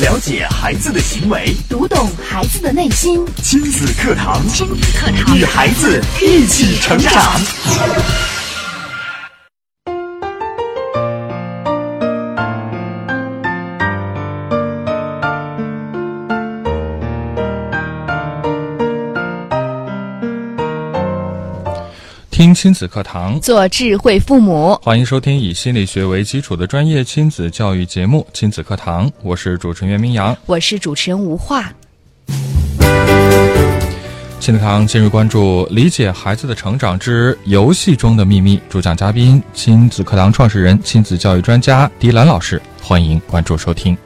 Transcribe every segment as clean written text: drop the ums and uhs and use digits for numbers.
了解孩子的行为， 读懂孩子的内心。 亲子课堂， 与孩子一起成长。 听亲子课堂， 做智慧父母。 欢迎收听以心理学为基础的专业亲子教育节目《亲子课堂》，我是主持人袁明阳， 我是主持人吴化。 亲子课堂今日关注理解孩子的成长之游戏中的秘密，主讲嘉宾亲子课堂创始人、亲子教育专家狄兰老师，欢迎关注收听。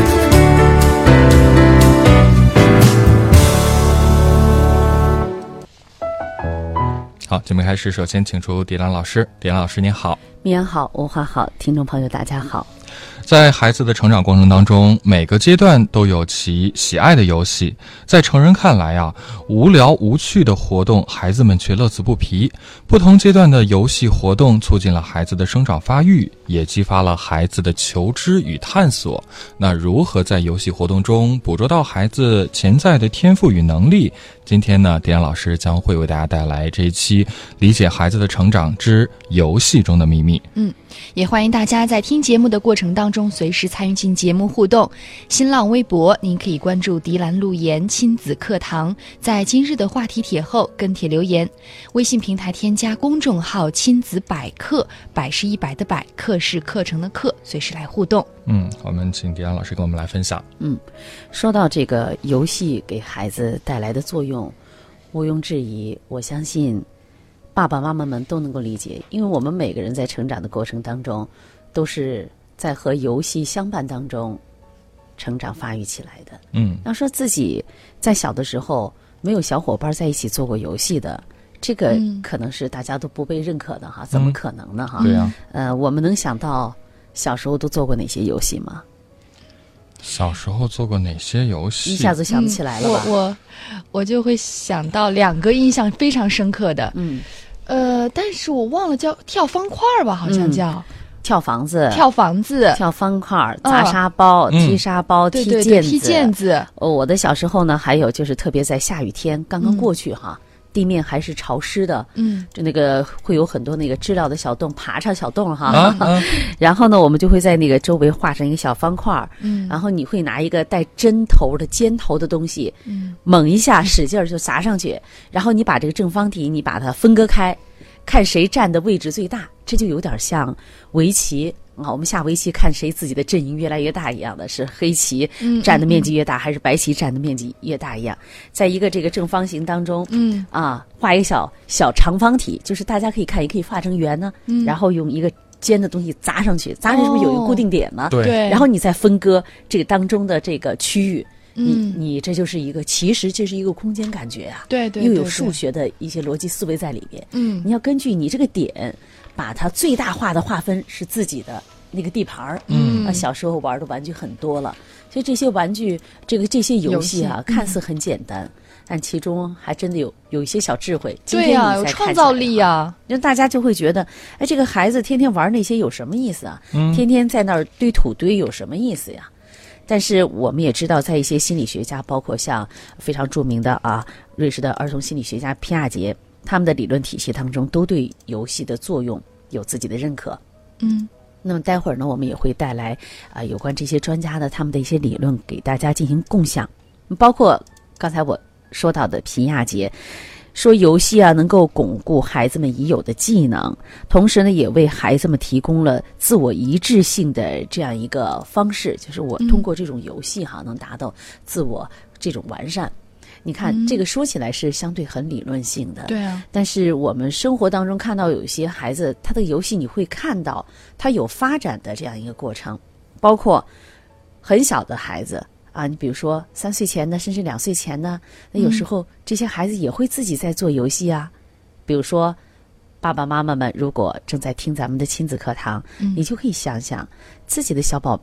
好，节目开始，首先请出狄兰老师。狄兰老师您好。 明阳好，吴华好，听众朋友大家好。 在孩子的成长过程当中，每个阶段都有其喜爱的游戏。在成人看来啊，无聊无趣的活动，孩子们却乐此不疲。不同阶段的游戏活动促进了孩子的生长发育，也激发了孩子的求知与探索。那如何在游戏活动中捕捉到孩子潜在的天赋与能力？今天呢，狄兰老师将会为大家带来这一期理解孩子的成长之游戏中的秘密。 也欢迎大家在听节目的过程当中随时参与进节目互动。新浪微博您可以关注狄兰路言亲子课堂，在今日的话题帖后跟帖留言。微信平台添加公众号亲子百课，百是100的百，课是课程的课，随时来互动。 我们请狄兰老师跟我们来分享。 说到这个游戏给孩子带来的作用，毋庸置疑，我相信爸爸妈妈们都能够理解，因为我们每个人在成长的过程当中，都是在和游戏相伴当中成长发育起来的。要说自己在小的时候没有小伙伴在一起做过游戏的，这个可能是大家都不被认可的哈，怎么可能呢哈？ 对啊。 我们能想到小时候都做过哪些游戏吗？ 小时候做过哪些游戏？ 一下子想不起来了吧？ 我就会想到2个印象非常深刻的。但是我忘了叫跳方块吧，好像叫。 跳房子、 跳方块、 砸沙包、踢沙包、踢毽子。我的小时候呢，还有就是特别在下雨天刚刚过去哈，地面还是潮湿的，就那个会有很多那个知了的小洞、爬叉小洞哈。然后呢，我们就会在那个周围画上一个小方块，然后你会拿一个带针头的尖头的东西，猛一下使劲就砸上去，然后你把这个正方体你把它分割开，看谁站的位置最大，这就有点像围棋啊。我们下围棋看谁自己的阵营越来越大一样的，是黑棋占的面积越大，还是白棋占的面积越大一样。在一个这个正方形当中，画一个小长方体，就是大家可以看，也可以画成圆呢，然后用一个尖的东西砸上去，砸上去是不是有一个固定点呢？ 对。 然后你再分割这个当中的这个区域。你这就是一个，其实这是一个空间感觉啊， 对， 又有数学的一些逻辑思维在里边。你要根据你这个点，把它最大化的划分是自己的那个地盘儿。小时候玩的玩具很多了，所以这些玩具，这些游戏啊，看似很简单，但其中还真的有一些小智慧。 对呀，有创造力啊！ 就大家就会觉得，哎，这个孩子天天玩那些有什么意思啊？天天在那儿堆土堆有什么意思呀？但是我们也知道，在一些心理学家，包括像非常著名的瑞士的儿童心理学家皮亚杰，他们的理论体系当中都对游戏的作用有自己的认可。那么待会儿呢，我们也会带来有关这些专家的他们的一些理论给大家进行共享，包括刚才我说到的皮亚杰。说游戏能够巩固孩子们已有的技能，同时呢也为孩子们提供了自我一致性的这样一个方式，就是我通过这种游戏能达到自我这种完善。你看这个说起来是相对很理论性的， 对啊。但是我们生活当中看到有一些孩子，他的游戏你会看到他有发展的这样一个过程，包括很小的孩子你比如说3岁前的，甚至2岁前的，那有时候这些孩子也会自己在做游戏啊。比如说爸爸妈妈们如果正在听咱们的亲子课堂，你就可以想想自己的小宝贝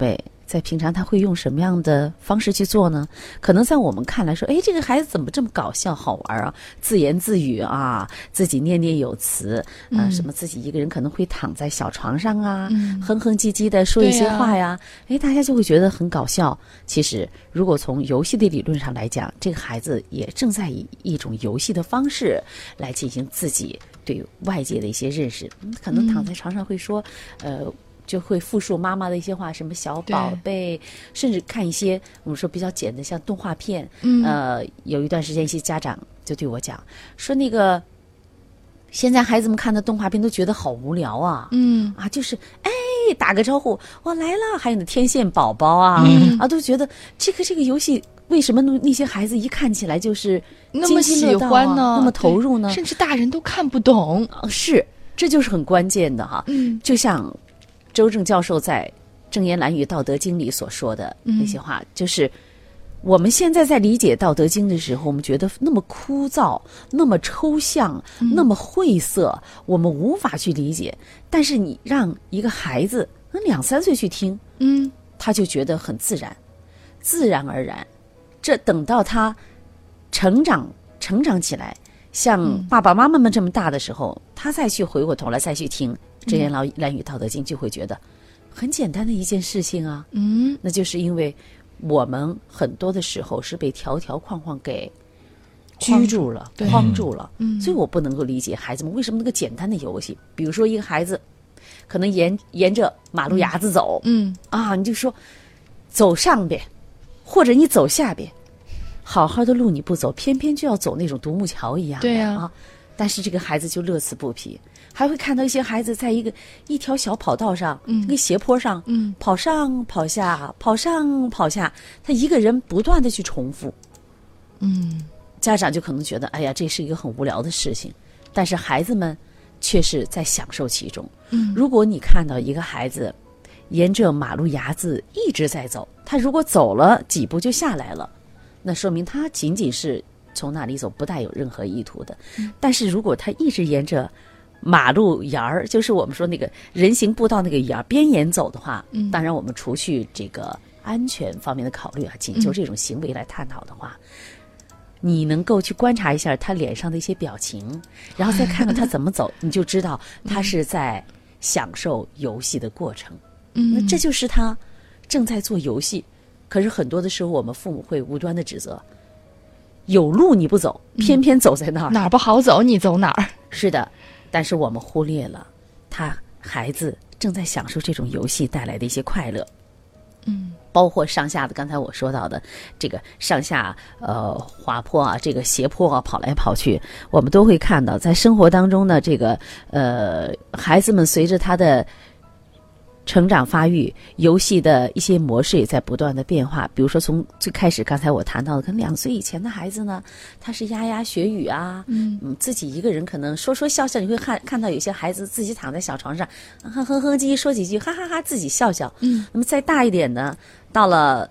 在平常他会用什么样的方式去做呢？可能在我们看来说，这个孩子怎么这么搞笑好玩啊，自言自语啊，自己念念有词什么自己一个人可能会躺在小床上啊，哼哼唧唧的说一些话呀，大家就会觉得很搞笑。其实如果从游戏的理论上来讲，这个孩子也正在以一种游戏的方式来进行自己对外界的一些认识。可能躺在床上会说就会复述妈妈的一些话，什么小宝贝，甚至看一些我们说比较简的像动画片。有一段时间一些家长就对我讲说，那个现在孩子们看的动画片都觉得好无聊啊。就是打个招呼我来了，还有那天线宝宝啊，都觉得这个游戏为什么那些孩子一看起来就是那么喜欢呢， 那么投入呢？ 甚至大人都看不懂。 是，这就是很关键的哈。就像周正教授在《正言蓝语道德经》里所说的那些话，就是我们现在在理解《道德经》的时候，我们觉得那么枯燥，那么抽象，那么晦涩，我们无法去理解。但是你让一个孩子2、3岁去听，他就觉得很自然，自然而然。这等到他成长起来，像爸爸妈妈们这么大的时候，他再去回过头来再去听《正言蓝语道德经》，就会觉得很简单的一件事情啊。那就是因为我们很多的时候是被条条框框给居住了、框住了，所以我不能够理解孩子们为什么那个简单的游戏，比如说一个孩子可能沿着马路牙子走，你就说走上边，或者你走下边，好好的路你不走，偏偏就要走那种独木桥一样的。 对啊， 但是这个孩子就乐此不疲。还会看到一些孩子在一条小跑道上，一个斜坡上，跑上跑下，跑上跑下，他一个人不断的去重复。家长就可能觉得，哎呀，这是一个很无聊的事情，但是孩子们却是在享受其中。如果你看到一个孩子沿着马路牙子一直在走，他如果走了几步就下来了，那说明他仅仅是从那里走，不带有任何意图的。但是如果他一直沿着马路沿儿，就是我们说那个人行步道那个沿儿边沿走的话，当然我们除去这个安全方面的考虑仅就这种行为来探讨的话，你能够去观察一下他脸上的一些表情，然后再看看他怎么走，你就知道他是在享受游戏的过程。那这就是他正在做游戏。可是很多的时候我们父母会无端的指责，有路你不走，偏偏走在那儿， 哪儿不好走你走哪儿。 是的，但是我们忽略了孩子正在享受这种游戏带来的一些快乐。包括上下的，刚才我说到的这个上下滑坡啊，这个斜坡啊，跑来跑去，我们都会看到在生活当中呢，这个孩子们随着他的成长发育，游戏的一些模式也在不断的变化。比如说从最开始刚才我谈到的，可能2岁以前的孩子呢，他是牙牙学语啊，自己一个人可能说说笑笑，你会看到有些孩子自己躺在小床上哼哼哼唧说几句哈哈哈自己笑笑。那么再大一点呢，到了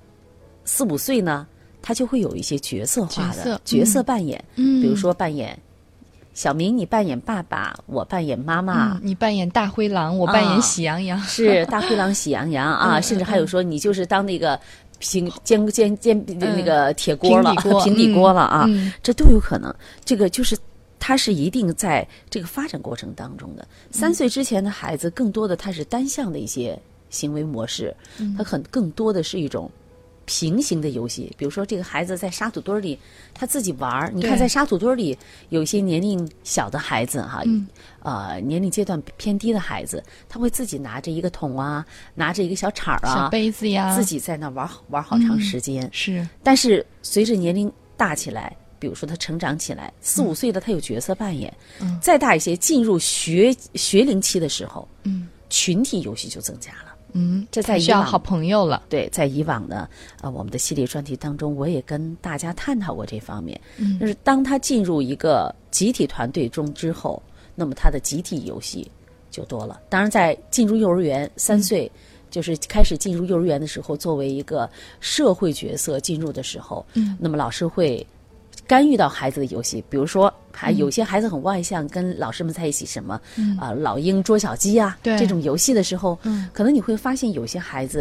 4、5岁呢，他就会有一些角色化的角色扮演，比如说扮演小明，你扮演爸爸，我扮演妈妈， 你扮演大灰狼，我扮演喜羊羊， 是大灰狼喜羊羊啊，甚至还有说你就是当那个煎那个铁锅了，平底锅了啊，这都有可能。这个就是他是一定在这个发展过程当中的。3岁之前的孩子，更多的他是单向的一些行为模式，他更多的是一种平行的游戏。比如说这个孩子在沙土堆里他自己玩，你看在沙土堆里有一些年龄小的孩子年龄阶段偏低的孩子，他会自己拿着一个桶啊，拿着一个小铲啊， 小杯子呀， 自己在那玩好长时间。 是， 但是随着年龄大起来，比如说他成长起来，4、5岁的他有角色扮演，再大一些进入学龄期的时候，群体游戏就增加了。这在需要好朋友了。 对，在以往呢，我们的系列专题当中，我也跟大家探讨过这方面。就是当他进入一个集体团队中之后，那么他的集体游戏就多了。当然，在进入幼儿园3岁，就是开始进入幼儿园的时候，作为一个社会角色进入的时候，那么老师会干预到孩子的游戏，比如说还有些孩子很外向，跟老师们在一起什么老鹰捉小鸡啊这种游戏的时候，可能你会发现有些孩子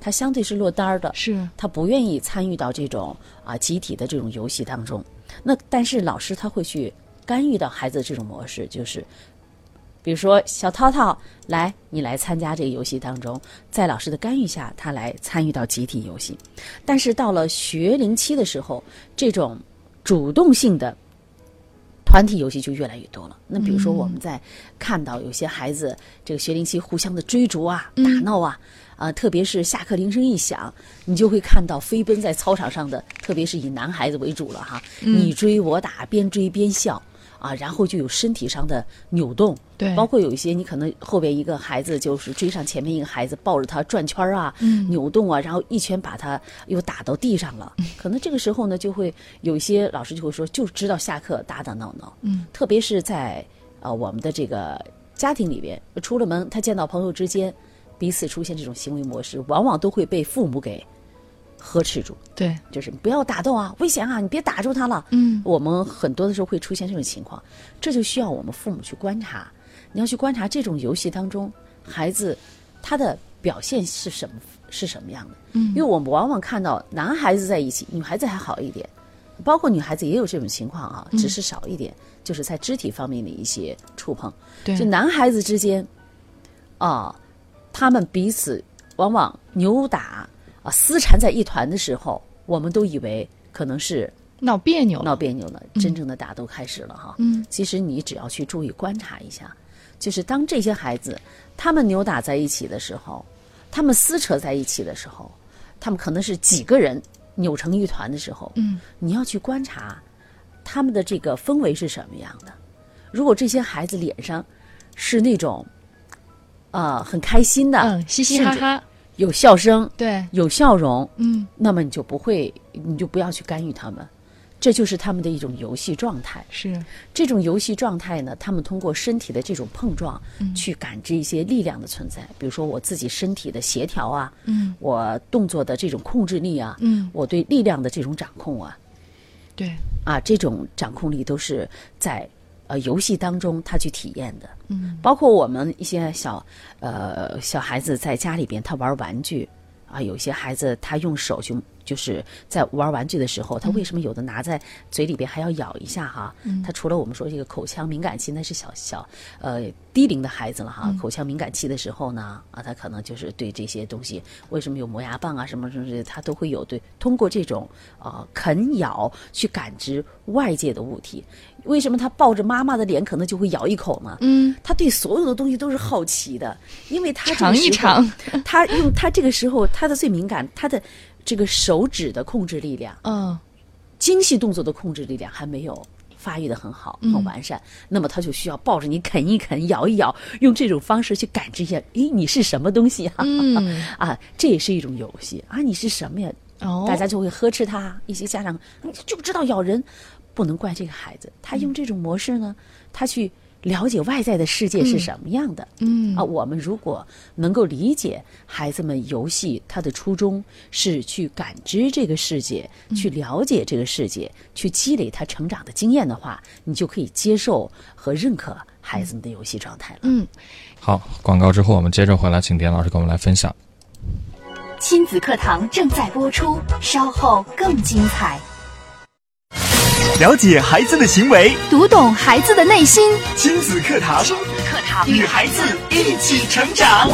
他相对是落单的， 是他不愿意参与到这种集体的这种游戏当中。那但是老师他会去干预到孩子的这种模式，就是比如说小涛涛来，你来参加这个游戏当中，在老师的干预下，他来参与到集体游戏。但是到了学龄期的时候，这种主动性的团体游戏就越来越多了。那比如说我们在看到有些孩子这个学龄期互相的追逐啊、打闹啊，特别是下课铃声一响，你就会看到飞奔在操场上的，特别是以男孩子为主了哈，你追我打，边追边笑然后就有身体上的扭动， 对， 包括有一些你可能后边一个孩子就是追上前面一个孩子，抱着他转圈扭动然后一拳把他又打到地上了。可能这个时候呢，就会有一些老师就会说，就知道下课打打闹闹。特别是在我们的这个家庭里边，出了门他见到朋友之间彼此出现这种行为模式，往往都会被父母给呵斥住。 对， 就是不要打斗危险你别打住他了。我们很多的时候会出现这种情况，这就需要我们父母去观察。你要去观察这种游戏当中孩子他的表现是什么样的。因为我们往往看到男孩子在一起，女孩子还好一点，包括女孩子也有这种情况只是少一点，就是在肢体方面的一些触碰。 对， 就男孩子之间他们彼此往往扭打撕缠在一团的时候，我们都以为可能是闹别扭了， 真正的打斗开始了哈。其实你只要去注意观察一下，就是当这些孩子他们扭打在一起的时候，他们撕扯在一起的时候，他们可能是几个人扭成一团的时候，你要去观察他们的这个氛围是什么样的。如果这些孩子脸上是那种很开心的， 嘻嘻哈哈， 有笑声， 对， 有笑容，那么你就不要去干预他们，这就是他们的一种游戏状态。 是这种游戏状态呢，他们通过身体的这种碰撞，去感知一些力量的存在。比如说我自己身体的协调我动作的这种控制力我对力量的这种掌控对这种掌控力都是在游戏当中他去体验的。包括我们一些小孩子在家里边他玩玩具有些孩子他用手就是在玩玩具的时候，他为什么有的拿在嘴里边还要咬一下他除了我们说这个口腔敏感期，那是小低龄的孩子了口腔敏感期的时候呢他可能就是对这些东西为什么有磨牙棒什么他都会有，对，通过这种啃咬去感知外界的物体。为什么他抱着妈妈的脸可能就会咬一口呢？他对所有的东西都是好奇的，因为他尝一尝， 他这个时候他的最敏感，他的这个手指的控制力量，精细动作的控制力量还没有发育的很好，很完善。那么他就需要抱着你啃一啃，咬一咬，用这种方式去感知一下，你是什么东西这也是一种游戏你是什么呀？大家就会呵斥他，一些家长就知道咬人。不能怪这个孩子，他用这种模式呢，他去了解外在的世界是什么样的。我们如果能够理解孩子们游戏他的初衷是去感知这个世界，去了解这个世界，去积累他成长的经验的话，你就可以接受和认可孩子们的游戏状态了。 好，广告之后我们接着回来，请田老师跟我们来分享。 亲子课堂正在播出，稍后更精彩。了解孩子的行为， 读懂孩子的内心。 亲子课堂，与孩子一起成长。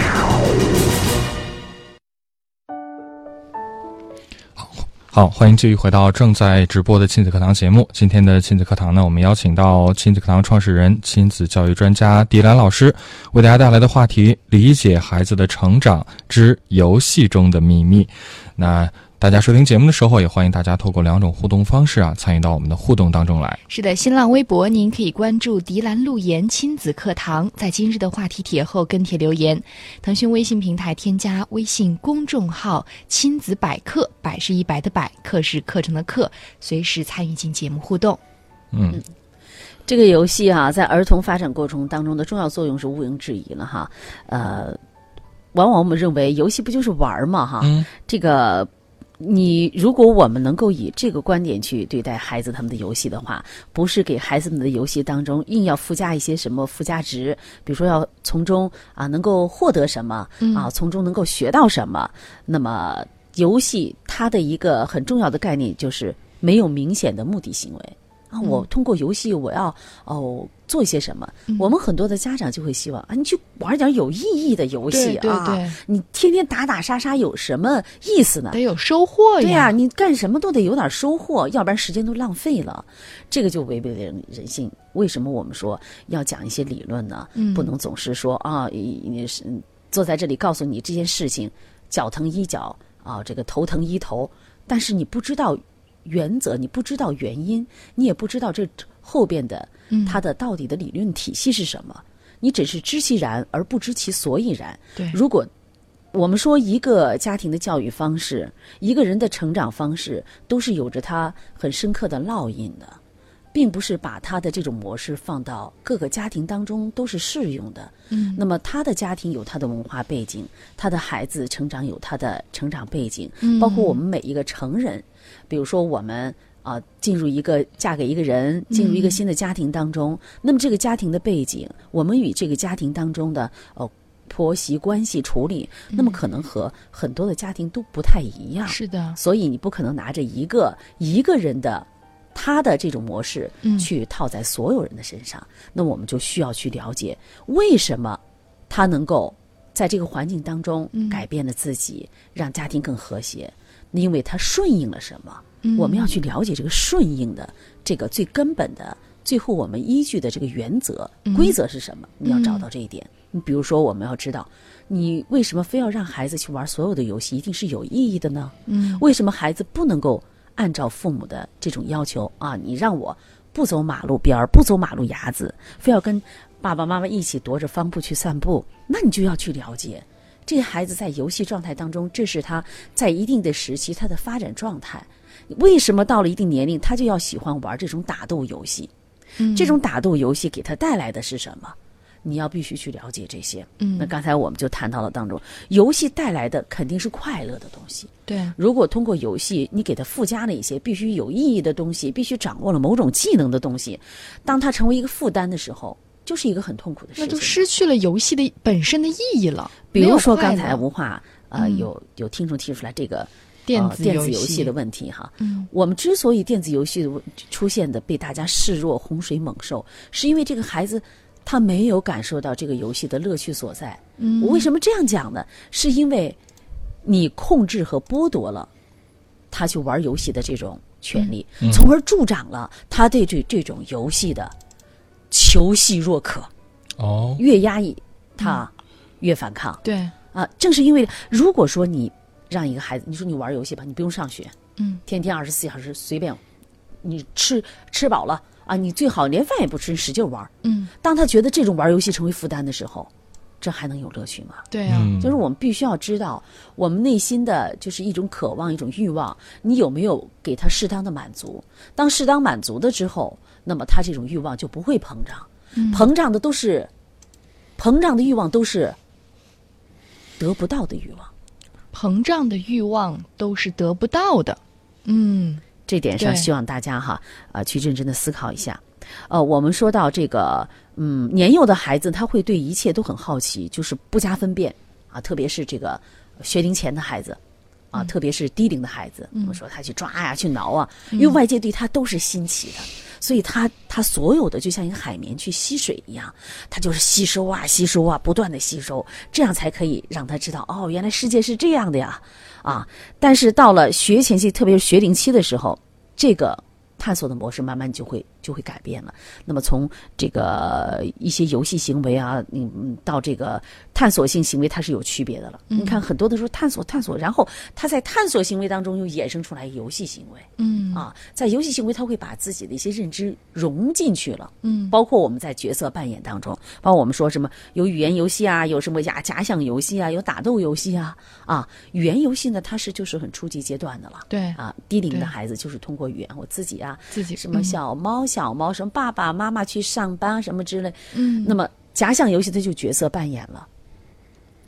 好，欢迎继续回到正在直播的亲子课堂节目。今天的亲子课堂呢，我们邀请到亲子课堂创始人、亲子教育专家狄兰老师，为大家带来的话题：理解孩子的成长之游戏中的秘密。那大家收听节目的时候，也欢迎大家透过2种互动方式参与到我们的互动当中来。 是的，新浪微博您可以关注狄兰路言亲子课堂，在今日的话题帖后跟帖留言。腾讯微信平台添加微信公众号亲子百科，百是100的百，课是课程的课，随时参与进节目互动。 这个游戏在儿童发展过程当中的重要作用是毋庸置疑了往往我们认为游戏不就是玩嘛这个如果我们能够以这个观点去对待孩子他们的游戏的话，不是给孩子们的游戏当中硬要附加一些什么附加值，比如说要从中能够获得什么从中能够学到什么。那么游戏它的一个很重要的概念就是没有明显的目的行为我通过游戏我要做一些什么。我们很多的家长就会希望你去玩点有意义的游戏对， 你天天打打杀杀有什么意思呢？ 得有收获呀。 对呀，你干什么都得有点收获，要不然时间都浪费了。这个就违背了人性。为什么我们说要讲一些理论呢？不能总是说你是坐在这里告诉你这件事情脚疼医脚这个头疼医头，但是你不知道原则，你不知道原因，你也不知道这后边的它的到底的理论体系是什么，你只是知其然而不知其所以然。 对， 如果我们说一个家庭的教育方式，一个人的成长方式都是有着他很深刻的烙印的，并不是把他的这种模式放到各个家庭当中都是适用的。那么他的家庭有他的文化背景，他的孩子成长有他的成长背景，包括我们每一个成人，比如说我们嫁给一个人，进入一个新的家庭当中，那么这个家庭的背景，我们与这个家庭当中的婆媳关系处理，那么可能和很多的家庭都不太一样。 是的， 所以你不可能拿着一个人的他的这种模式去套在所有人的身上。那我们就需要去了解为什么他能够在这个环境当中改变了自己，让家庭更和谐，因为他顺应了什么。我们要去了解这个顺应的这个最根本的最后我们依据的这个原则规则是什么，你要找到这一点。你比如说我们要知道你为什么非要让孩子去玩所有的游戏一定是有意义的呢？为什么孩子不能够按照父母的这种要求你让我不走马路边儿，不走马路牙子，非要跟爸爸妈妈一起踱着方步去散步，那你就要去了解这个孩子在游戏状态当中，这是他在一定的时期他的发展状态。为什么到了一定年龄他就要喜欢玩这种打斗游戏？这种打斗游戏给他带来的是什么？你要必须去了解这些。那刚才我们就谈到了当中，游戏带来的肯定是快乐的东西。 对， 如果通过游戏你给他附加了一些必须有意义的东西，必须掌握了某种技能的东西，当他成为一个负担的时候，就是一个很痛苦的事情。 那就失去了游戏的本身的意义了。 比如说刚才文化有听众提出来这个电子游戏的问题哈。我们之所以电子游戏的出现的被大家视若洪水猛兽，是因为这个孩子他没有感受到这个游戏的乐趣所在。我为什么这样讲呢？是因为你控制和剥夺了他去玩游戏的这种权利，从而助长了他对这种游戏的求戏若渴。越压抑他越反抗。 对正是因为如果说你让一个孩子，你说你玩游戏吧，你不用上学，天天24小时随便，你吃饱了你最好连饭也不吃，使劲玩。当他觉得这种玩游戏成为负担的时候，这还能有乐趣吗？ 对啊， 就是我们必须要知道我们内心的就是一种渴望，一种欲望，你有没有给他适当的满足？当适当满足的之后，那么他这种欲望就不会膨胀。膨胀的欲望都是得不到的欲望。 膨胀的欲望都是得不到的。 这点上希望大家去认真的思考一下。我们说到这个年幼的孩子他会对一切都很好奇，就是不加分辨特别是这个学龄前的孩子特别是低龄的孩子，我们说他去抓呀去挠因为外界对他都是新奇的，所以他所有的就像一个海绵去吸水一样，他就是吸收不断的吸收，这样才可以让他知道原来世界是这样的呀但是到了学前期，特别是学龄期的时候，这个探索的模式慢慢就会改变了。那么从这个一些游戏行为到这个探索性行为，它是有区别的了。你看很多的时候探索，然后他在探索行为当中又衍生出来游戏行为。在游戏行为他会把自己的一些认知融进去了。包括我们在角色扮演当中，包括我们说什么有语言游戏有什么假想游戏有打斗游戏语言游戏呢，它就是很初级阶段的了。 对低龄的孩子就是通过语言，我自己什么小猫什么爸爸妈妈去上班什么之类。那么假想游戏它就角色扮演了。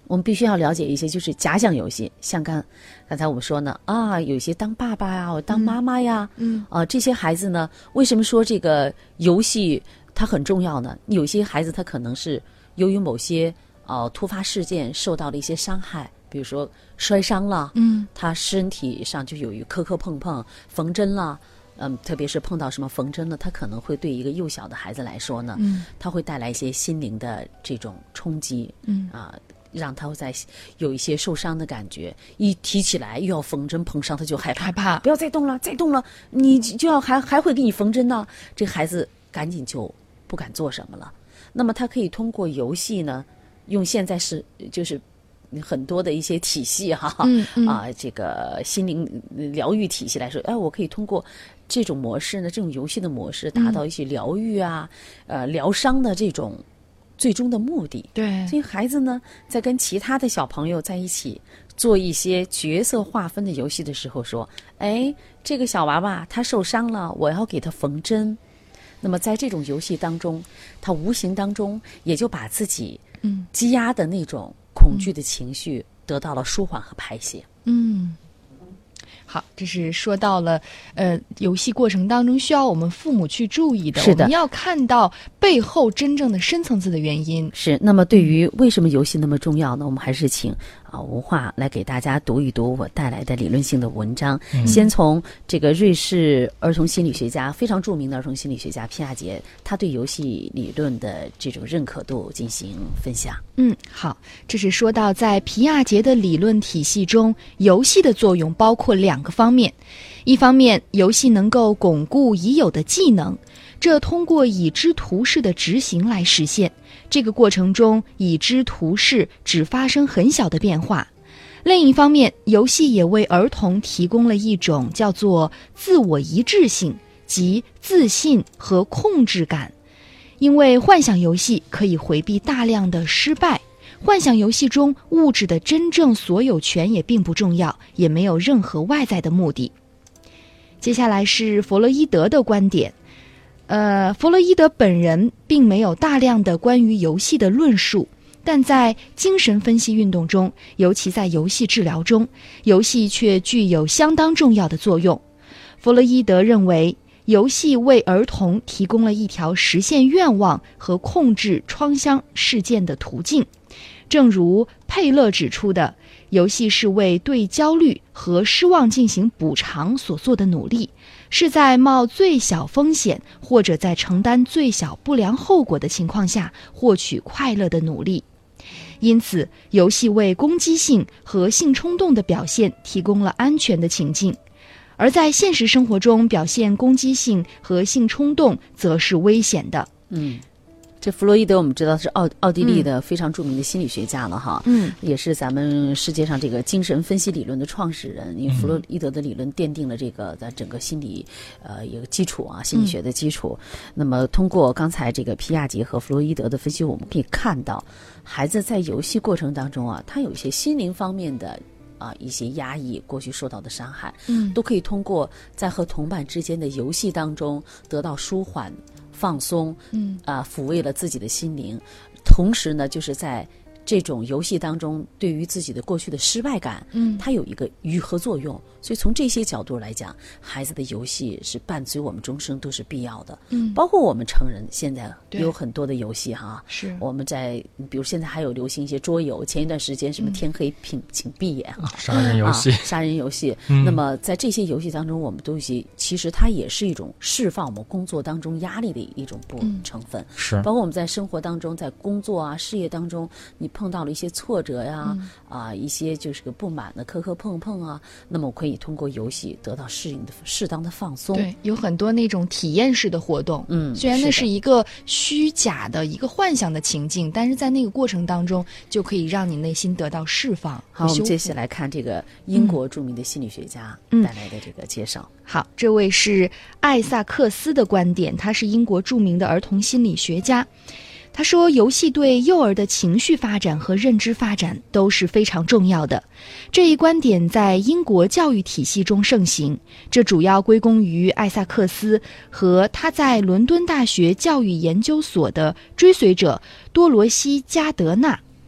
我们必须要了解一些，就是假想游戏，像刚才我们说呢，有些当爸爸呀，当妈妈呀，这些孩子呢，为什么说这个游戏它很重要呢？有些孩子他可能是由于某些突发事件受到了一些伤害，比如说摔伤了，他身体上就有一磕磕碰碰，缝针了。特别是碰到什么缝针呢，它可能会对一个幼小的孩子来说呢，它会带来一些心灵的这种冲击，让他会有一些受伤的感觉。一提起来又要缝针碰伤，他就害怕，不要再动了，再动了，你就要还会给你缝针呢。这孩子赶紧就不敢做什么了。那么他可以通过游戏呢，用现在就是很多的一些体系这个心灵疗愈体系来说，我可以通过这种模式呢，这种游戏的模式达到一些疗愈疗伤的这种最终的目的。 对， 所以孩子呢，在跟其他的小朋友在一起做一些角色划分的游戏的时候，说，这个小娃娃他受伤了，我要给他缝针。那么在这种游戏当中，他无形当中也就把自己积压的那种恐惧的情绪得到了舒缓和排泄。 好，这是说到了游戏过程当中需要我们父母去注意的， 是的， 我们要看到背后真正的深层次的原因。 是。那么对于为什么游戏那么重要呢？我们还是请文化来给大家读一读我带来的理论性的文章。先从这个瑞士儿童心理学家，非常著名的儿童心理学家皮亚杰，他对游戏理论的这种认可度进行分享。 好，这是说到在皮亚杰的理论体系中，游戏的作用包括2个方面。一方面，游戏能够巩固已有的技能，这通过已知图示的执行来实现。这个过程中，已知图示只发生很小的变化。另一方面，游戏也为儿童提供了一种叫做自我一致性，即自信和控制感。因为幻想游戏可以回避大量的失败，幻想游戏中物质的真正所有权也并不重要，也没有任何外在的目的。接下来是弗洛伊德的观点。弗洛伊德本人并没有大量的关于游戏的论述，但在精神分析运动中，尤其在游戏治疗中，游戏却具有相当重要的作用。弗洛伊德认为，游戏为儿童提供了一条实现愿望和控制创伤事件的途径。正如佩勒指出的，游戏是为对焦虑和失望进行补偿所做的努力，是在冒最小风险或者在承担最小不良后果的情况下获取快乐的努力。因此，游戏为攻击性和性冲动的表现提供了安全的情境，而在现实生活中表现攻击性和性冲动则是危险的。 这弗洛伊德我们知道是奥地利的非常著名的心理学家了哈，也是咱们世界上这个精神分析理论的创始人。因为弗洛伊德的理论奠定了这个在整个心理一个基础心理学的基础。那么通过刚才这个皮亚杰和弗洛伊德的分析，我们可以看到，孩子在游戏过程当中他有一些心灵方面的一些压抑，过去受到的伤害，都可以通过在和同伴之间的游戏当中得到舒缓、放松，抚慰了自己的心灵。同时呢，就是在这种游戏当中，对于自己的过去的失败感，它有一个愈合作用。所以从这些角度来讲，孩子的游戏是伴随我们终生都是必要的。包括我们成人现在有很多的游戏是我们在比如现在还有流行一些桌游，前一段时间什么天黑请闭眼杀人游戏， 杀人游戏。那么在这些游戏当中，我们都其实它也是一种释放我们工作当中压力的一种成分。 是包括我们在生活当中，在工作事业当中，你碰到了一些挫折呀，一些就是个不满的磕磕碰碰那么我可以通过游戏得到适当的放松。 对，有很多那种体验式的活动，虽然那是一个虚假的一个幻想的情境，但是在那个过程当中就可以让你内心得到释放。 好，我们接下来看这个英国著名的心理学家带来的这个介绍。 好，这位是艾萨克斯的观点，他是英国著名的儿童心理学家。他说，游戏对幼儿的情绪发展和认知发展都是非常重要的。这一观点在英国教育体系中盛行，这主要归功于艾萨克斯和他在伦敦大学教育研究所的追随者多罗西·加德纳。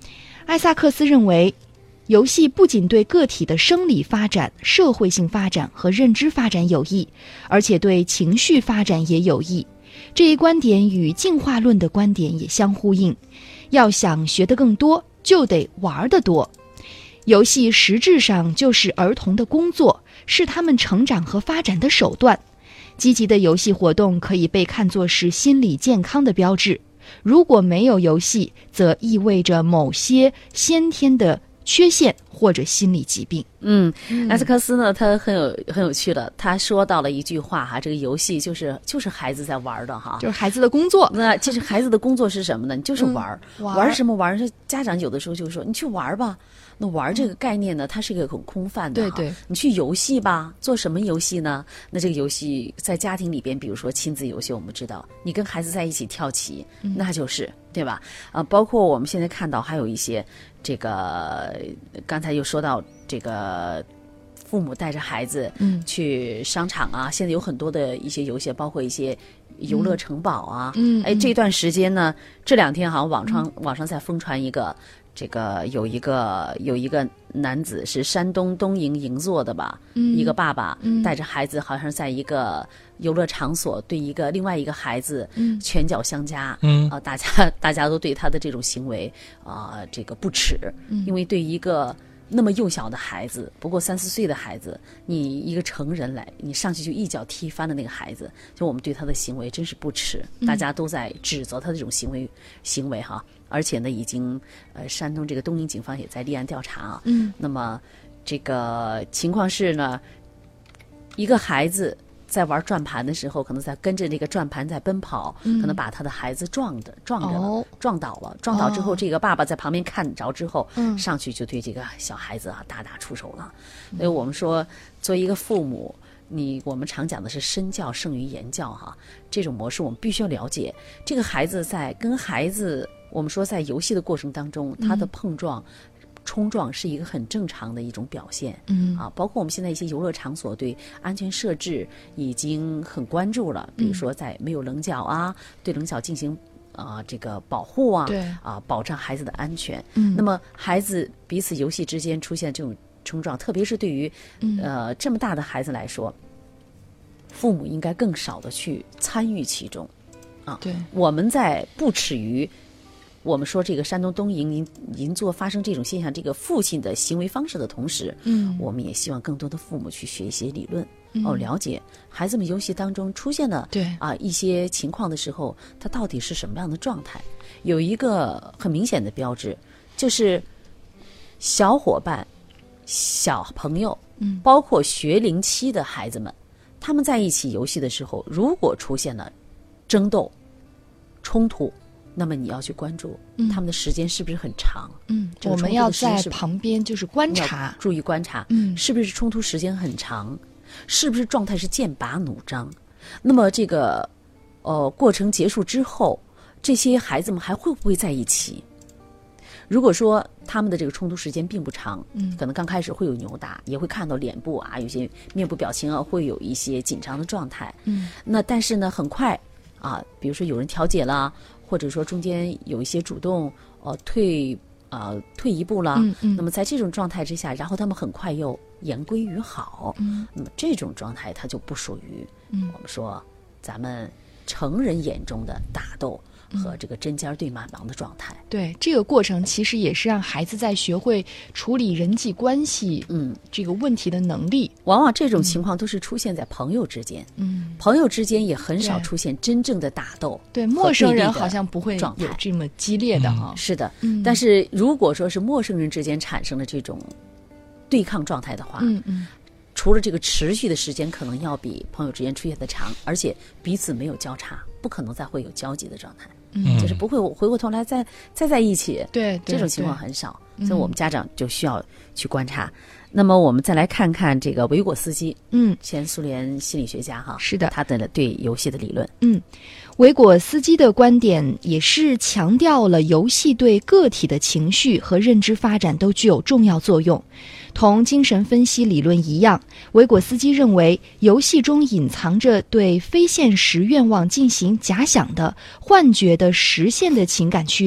艾萨克斯认为，游戏不仅对个体的生理发展、社会性发展和认知发展有益，而且对情绪发展也有益。这一观点与进化论的观点也相呼应。要想学得更多，就得玩得多。游戏实质上就是儿童的工作，是他们成长和发展的手段。积极的游戏活动可以被看作是心理健康的标志。如果没有游戏，则意味着某些先天的缺陷或者心理疾病。 埃斯克斯呢，他很有趣的，他说到了一句话哈，这个游戏就是孩子在玩的哈， 就是孩子的工作。 那其实孩子的工作是什么呢？你就是玩，玩什么玩？家长有的时候就说你去玩吧。那玩这个概念呢，它是一个很空泛的。 对， 你去游戏吧，做什么游戏呢？那这个游戏在家庭里边，比如说亲子游戏，我们知道，你跟孩子在一起跳棋，那就是对吧？包括我们现在看到还有一些这个，刚才又说到这个。父母带着孩子去商场啊，现在有很多的一些游戏，包括一些游乐城堡啊。这段时间呢，这2天好像网上在疯传一个，这个有一个男子是山东东营银座的吧，一个爸爸带着孩子，好像在一个游乐场所对另外一个孩子拳脚相加。大家都对他的这种行为这个不耻，因为对一个那么幼小的孩子，不过3、4岁的孩子，你一个成人来，你上去就一脚踢翻的那个孩子，就我们对他的行为真是不耻，大家都在指责他的这种行为哈。而且呢，已经山东这个东营警方也在立案调查啊。那么这个情况是呢，一个孩子在玩转盘的时候，可能在跟着这个转盘在奔跑，可能把他的孩子撞倒了。撞倒之后，这个爸爸在旁边看着之后，上去就对这个小孩子大打出手了。所以我们说，作为一个父母，我们常讲的是身教胜于言教哈。这种模式我们必须要了解。这个孩子在跟孩子，我们说在游戏的过程当中，他的碰撞。冲撞是一个很正常的一种表现，包括我们现在一些游乐场所对安全设置已经很关注了，比如说在没有棱角啊，对棱角进行这个保护啊，保障孩子的安全。那么孩子彼此游戏之间出现这种冲撞，特别是对于这么大的孩子来说，父母应该更少的去参与其中对， 我们在不耻于。我们说这个山东东营银座发生这种现象，这个父亲的行为方式的同时，我们也希望更多的父母去学一些理论，了解孩子们游戏当中出现的一些情况的时候，他到底是什么样的状态。有一个很明显的标志，就是小伙伴、小朋友，包括学龄期的孩子们，他们在一起游戏的时候，如果出现了争斗、冲突。那么你要去关注他们的时间是不是很长？ 我们要在旁边就是观察， 注意观察，是不是冲突时间很长，是不是状态是剑拔弩张？那么这个过程结束之后，这些孩子们还会不会在一起？如果说他们的这个冲突时间并不长，可能刚开始会有扭打，也会看到脸部有些面部表情会有一些紧张的状态。那但是呢，很快比如说有人调解了。或者说中间有一些主动退一步了，那么在这种状态之下，然后他们很快又言归于好，那么这种状态它就不属于我们说咱们成人眼中的打斗和这个针尖对麦芒的状态。 对，这个过程其实也是让孩子在学会处理人际关系这个问题的能力。 往往这种情况都是出现在朋友之间，朋友之间也很少出现真正的打斗。 对，陌生人好像不会有这么激烈的是的，但是如果说是陌生人之间产生了这种对抗状态的话，除了这个持续的时间可能要比朋友之间出现的长，而且彼此没有交叉，不可能再会有交集的状态，就是不会回过头来再在一起。 对， 这种情况很少，所以我们家长就需要去观察。那么我们再来看看这个维果斯基，前苏联心理学家哈， 是的， 他的对游戏的理论， 维果斯基的观点也是强调了游戏对个体的情绪和认知发展都具有重要作用。同精神分析理论一样，维果斯基认为游戏中隐藏着对非现实愿望进行假想的幻觉的实现的情感驱力。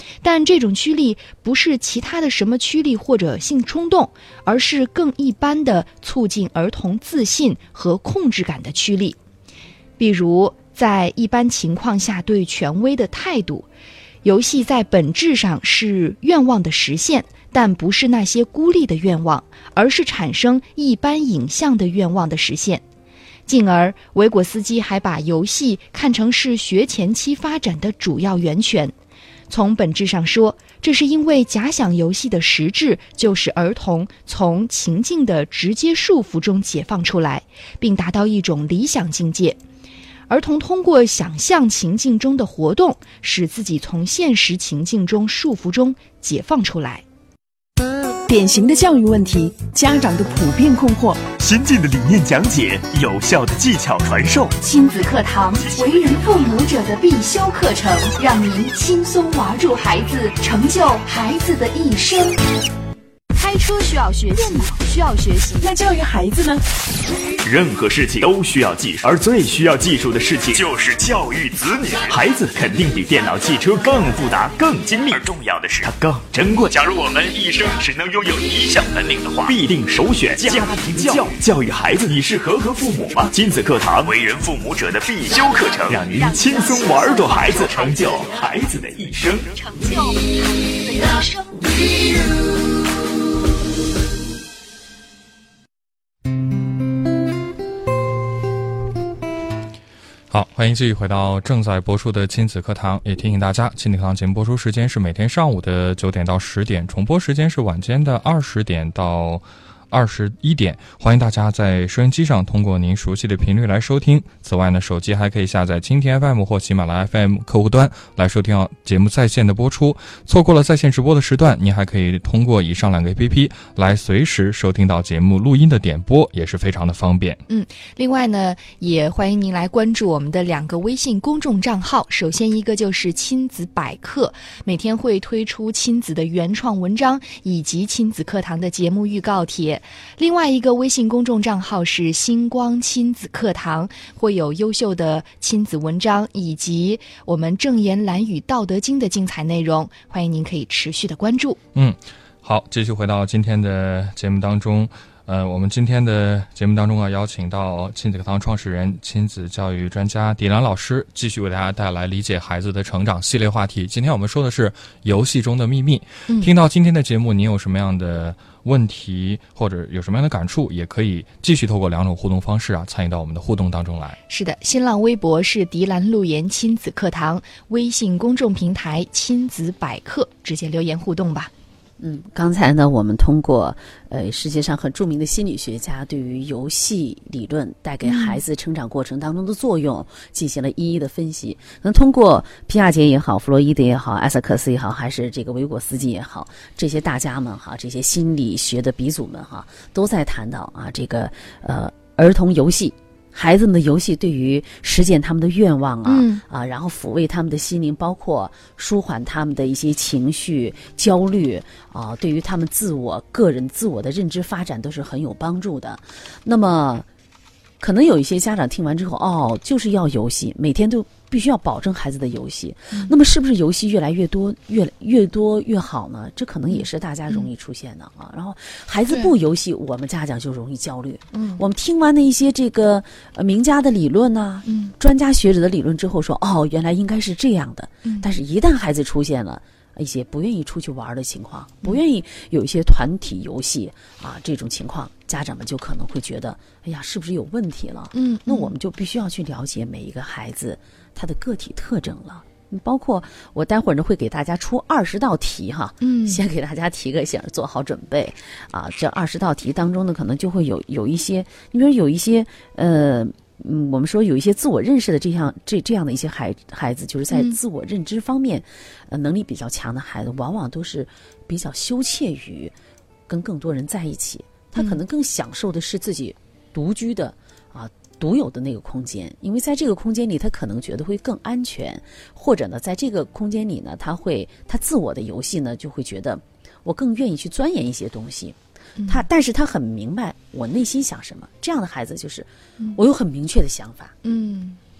但这种驱力不是其他的什么驱力或者性冲动，而是更一般的促进儿童自信和控制感的驱力。比如在一般情况下对权威的态度，游戏在本质上是愿望的实现，但不是那些孤立的愿望，而是产生一般影像的愿望的实现。进而维果斯基还把游戏看成是学前期发展的主要源泉。从本质上说，这是因为假想游戏的实质就是儿童从情境的直接束缚中解放出来，并达到一种理想境界。儿童通过想象情境中的活动，使自己从现实情境中束缚中解放出来。 典型的教育问题，家长的普遍困惑，先进的理念讲解，有效的技巧传授， 亲子课堂，为人父母者的必修课程，让您轻松玩住孩子，成就孩子的一生。开车需要学习，电脑需要学习， 那教育孩子呢？任何事情都需要技术，而最需要技术的事情就是教育子女。孩子肯定比电脑、汽车更复杂、更精密，而重要的是它更珍贵。假如我们一生只能拥有一项本领的话，必定首选家庭教育。教育孩子，你是合格父母吗？亲子课堂，为人父母者的必修课程，让您轻松玩住孩子，成就孩子的一生， 成就孩子的一生。 好，欢迎继续回到正在播出的亲子课堂。也提醒大家，亲子课堂节目播出时间是每天上午的9点到10点，重播时间是晚间的20点到21点，欢迎大家在收音机上通过您熟悉的频率来收听。此外呢，手机还可以下载蜻蜓 FM 或喜马拉雅 FM 客户端来收听节目在线的播出。错过了在线直播的时段，您还可以通过以上2个 APP 来随时收听到节目录音的点播，也是非常的方便。 另外呢，也欢迎您来关注我们的2个微信公众账号。首先一个就是亲子百科，每天会推出亲子的原创文章以及亲子课堂的节目预告帖。另外一个微信公众账号是星光亲子课堂，会有优秀的亲子文章以及我们正言蓝语道德经的精彩内容，欢迎您可以持续的关注。 好，继续回到今天的节目当中。我们今天的节目当中邀请到亲子课堂创始人、亲子教育专家狄兰老师，继续为大家带来理解孩子的成长系列话题。今天我们说的是游戏中的秘密。听到今天的节目，您有什么样的问题或者有什么样的感触，也可以继续透过2种互动方式参与到我们的互动当中来。 是的，新浪微博是狄兰路言亲子课堂，微信公众平台亲子百科，直接留言互动吧。 刚才呢，我们通过世界上很著名的心理学家对于游戏理论带给孩子成长过程当中的作用进行了一一的分析。那通过皮亚杰也好，弗洛伊德也好，艾萨克斯也好，还是这个维果斯基也好，这些大家们这些心理学的鼻祖们都在谈到这个儿童游戏。孩子们的游戏对于实现他们的愿望然后抚慰他们的心灵，包括舒缓他们的一些情绪、焦虑对于他们个人自我的认知发展都是很有帮助的。那么可能有一些家长听完之后就是要游戏，每天都必须要保证孩子的游戏。那么是不是游戏越来越多越多越好呢？这可能也是大家容易出现的然后孩子不游戏，我们家长就容易焦虑。我们听完的一些这个名家的理论专家学者的理论之后说原来应该是这样的。但是一旦孩子出现了一些不愿意出去玩的情况，不愿意有一些团体游戏这种情况，家长们就可能会觉得是不是有问题了。那我们就必须要去了解每一个孩子他的个体特征了。包括我待会儿呢会给大家出20道题先给大家提个醒，做好准备这20道题当中呢，可能就会有一些，你比如有一些我们说有一些自我认识的这样的一些孩子，就是在自我认知方面能力比较强的孩子，往往都是比较羞怯于跟更多人在一起。他可能更享受的是自己独居的独有的那个空间，因为在这个空间里他可能觉得会更安全，或者呢在这个空间里呢他自我的游戏呢就会觉得我更愿意去钻研一些东西。但是他很明白我内心想什么。这样的孩子就是我有很明确的想法。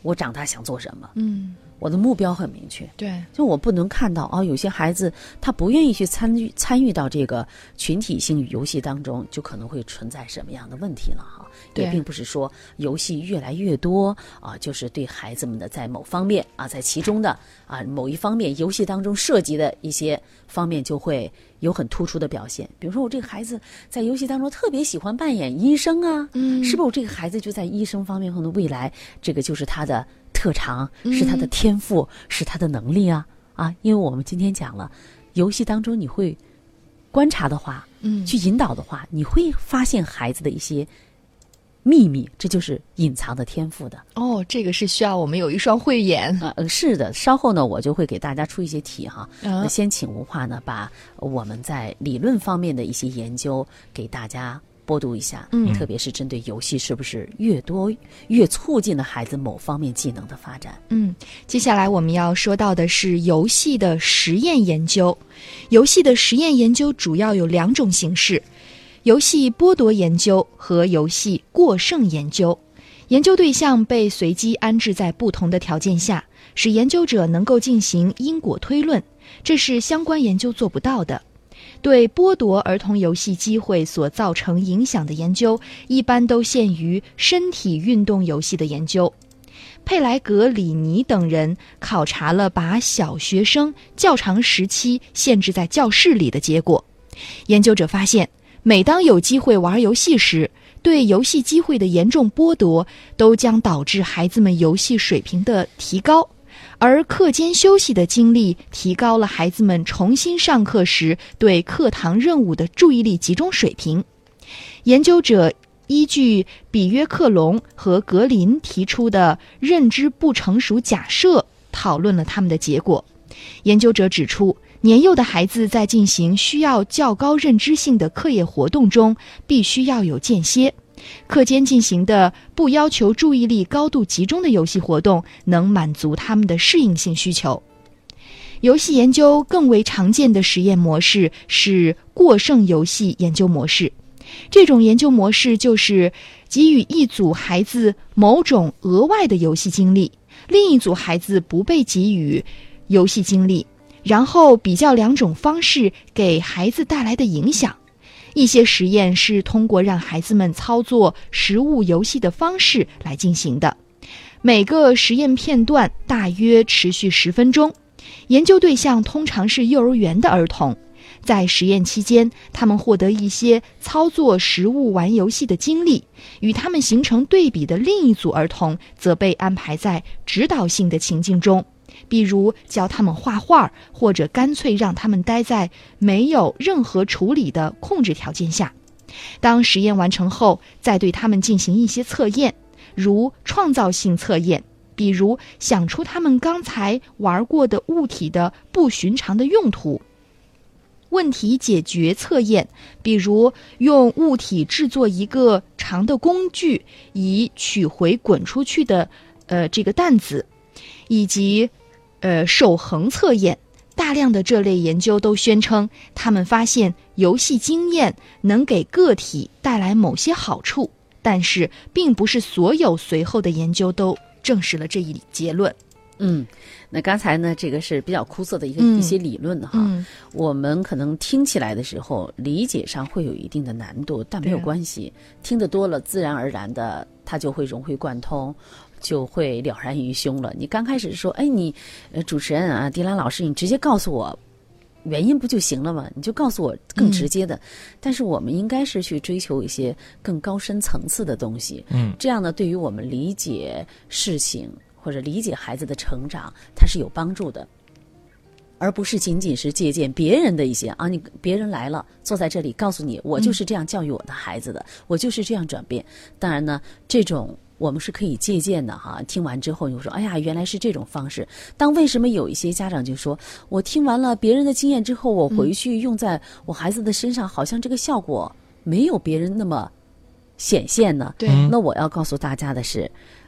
我长大想做什么，我的目标很明确。 对， 就我不能看到有些孩子他不愿意去参与到这个群体性游戏当中，就可能会存在什么样的问题了哈。也并不是说游戏越来越多就是对孩子们的在某方面在其中的某一方面游戏当中涉及的一些方面就会有很突出的表现。比如说我这个孩子在游戏当中特别喜欢扮演医生是不是我这个孩子就在医生方面可能未来这个就是他的特长，是他的天赋，是他的能力因为我们今天讲了游戏当中你会观察的话去引导的话，你会发现孩子的一些秘密，这就是隐藏的天赋的。 这个是需要我们有一双慧眼是的，稍后呢我就会给大家出一些题那先请吴化呢把我们在理论方面的一些研究给大家播读一下，特别是针对游戏是不是越多越促进了孩子某方面技能的发展。 接下来我们要说到的是游戏的实验研究。游戏的实验研究主要有2种形式，游戏剥夺研究和游戏过剩研究。研究对象被随机安置在不同的条件下，使研究者能够进行因果推论，这是相关研究做不到的。对剥夺儿童游戏机会所造成影响的研究，一般都限于身体运动游戏的研究。佩莱格里尼等人考察了把小学生较长时期限制在教室里的结果。研究者发现，每当有机会玩游戏时，对游戏机会的严重剥夺都将导致孩子们游戏水平的提高，而课间休息的经历提高了孩子们重新上课时对课堂任务的注意力集中水平。研究者依据比约克隆和格林提出的认知不成熟假设讨论了他们的结果。研究者指出，年幼的孩子在进行需要较高认知性的课业活动中必须要有间歇，课间进行的不要求注意力高度集中的游戏活动能满足他们的适应性需求。游戏研究更为常见的实验模式是过剩游戏研究模式。这种研究模式就是给予一组孩子某种额外的游戏经历，另一组孩子不被给予游戏经历，然后比较2种方式给孩子带来的影响。一些实验是通过让孩子们操作实物游戏的方式来进行的，每个实验片段大约持续10分钟。研究对象通常是幼儿园的儿童。在实验期间，他们获得一些操作实物玩游戏的经历，与他们形成对比的另一组儿童则被安排在指导性的情境中，比如教他们画画，或者干脆让他们待在没有任何处理的控制条件下。当实验完成后，再对他们进行一些测验，如创造性测验，比如想出他们刚才玩过的物体的不寻常的用途；问题解决测验，比如用物体制作一个长的工具以取回滚出去的这个弹子；以及守恒测验。大量的这类研究都宣称，他们发现游戏经验能给个体带来某些好处，但是并不是所有随后的研究都证实了这一结论。 那刚才呢，这个是比较枯燥的一些理论我们可能听起来的时候理解上会有一定的难度，但没有关系，听得多了自然而然的它就会融会贯通，就会了然于胸了。你刚开始说你主持人迪兰老师，你直接告诉我原因不就行了吗？你就告诉我更直接的。但是我们应该是去追求一些更高深层次的东西。这样呢，对于我们理解事情或者理解孩子的成长，它是有帮助的，而不是仅仅是借鉴别人的一些你别人来了坐在这里告诉你，我就是这样教育我的孩子的，我就是这样转变。当然呢，这种我们是可以借鉴的听完之后你会说，原来是这种方式。当为什么有一些家长就说，我听完了别人的经验之后，我回去用在我孩子的身上，好像这个效果没有别人那么显现呢？ 对， 那我要告诉大家的是，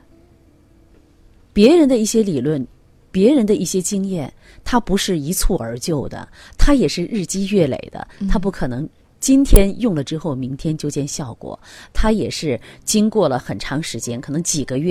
别人的一些理论，别人的一些经验，它不是一蹴而就的，它也是日积月累的，它不可能今天用了之后明天就见效果，它也是经过了很长时间，可能几个月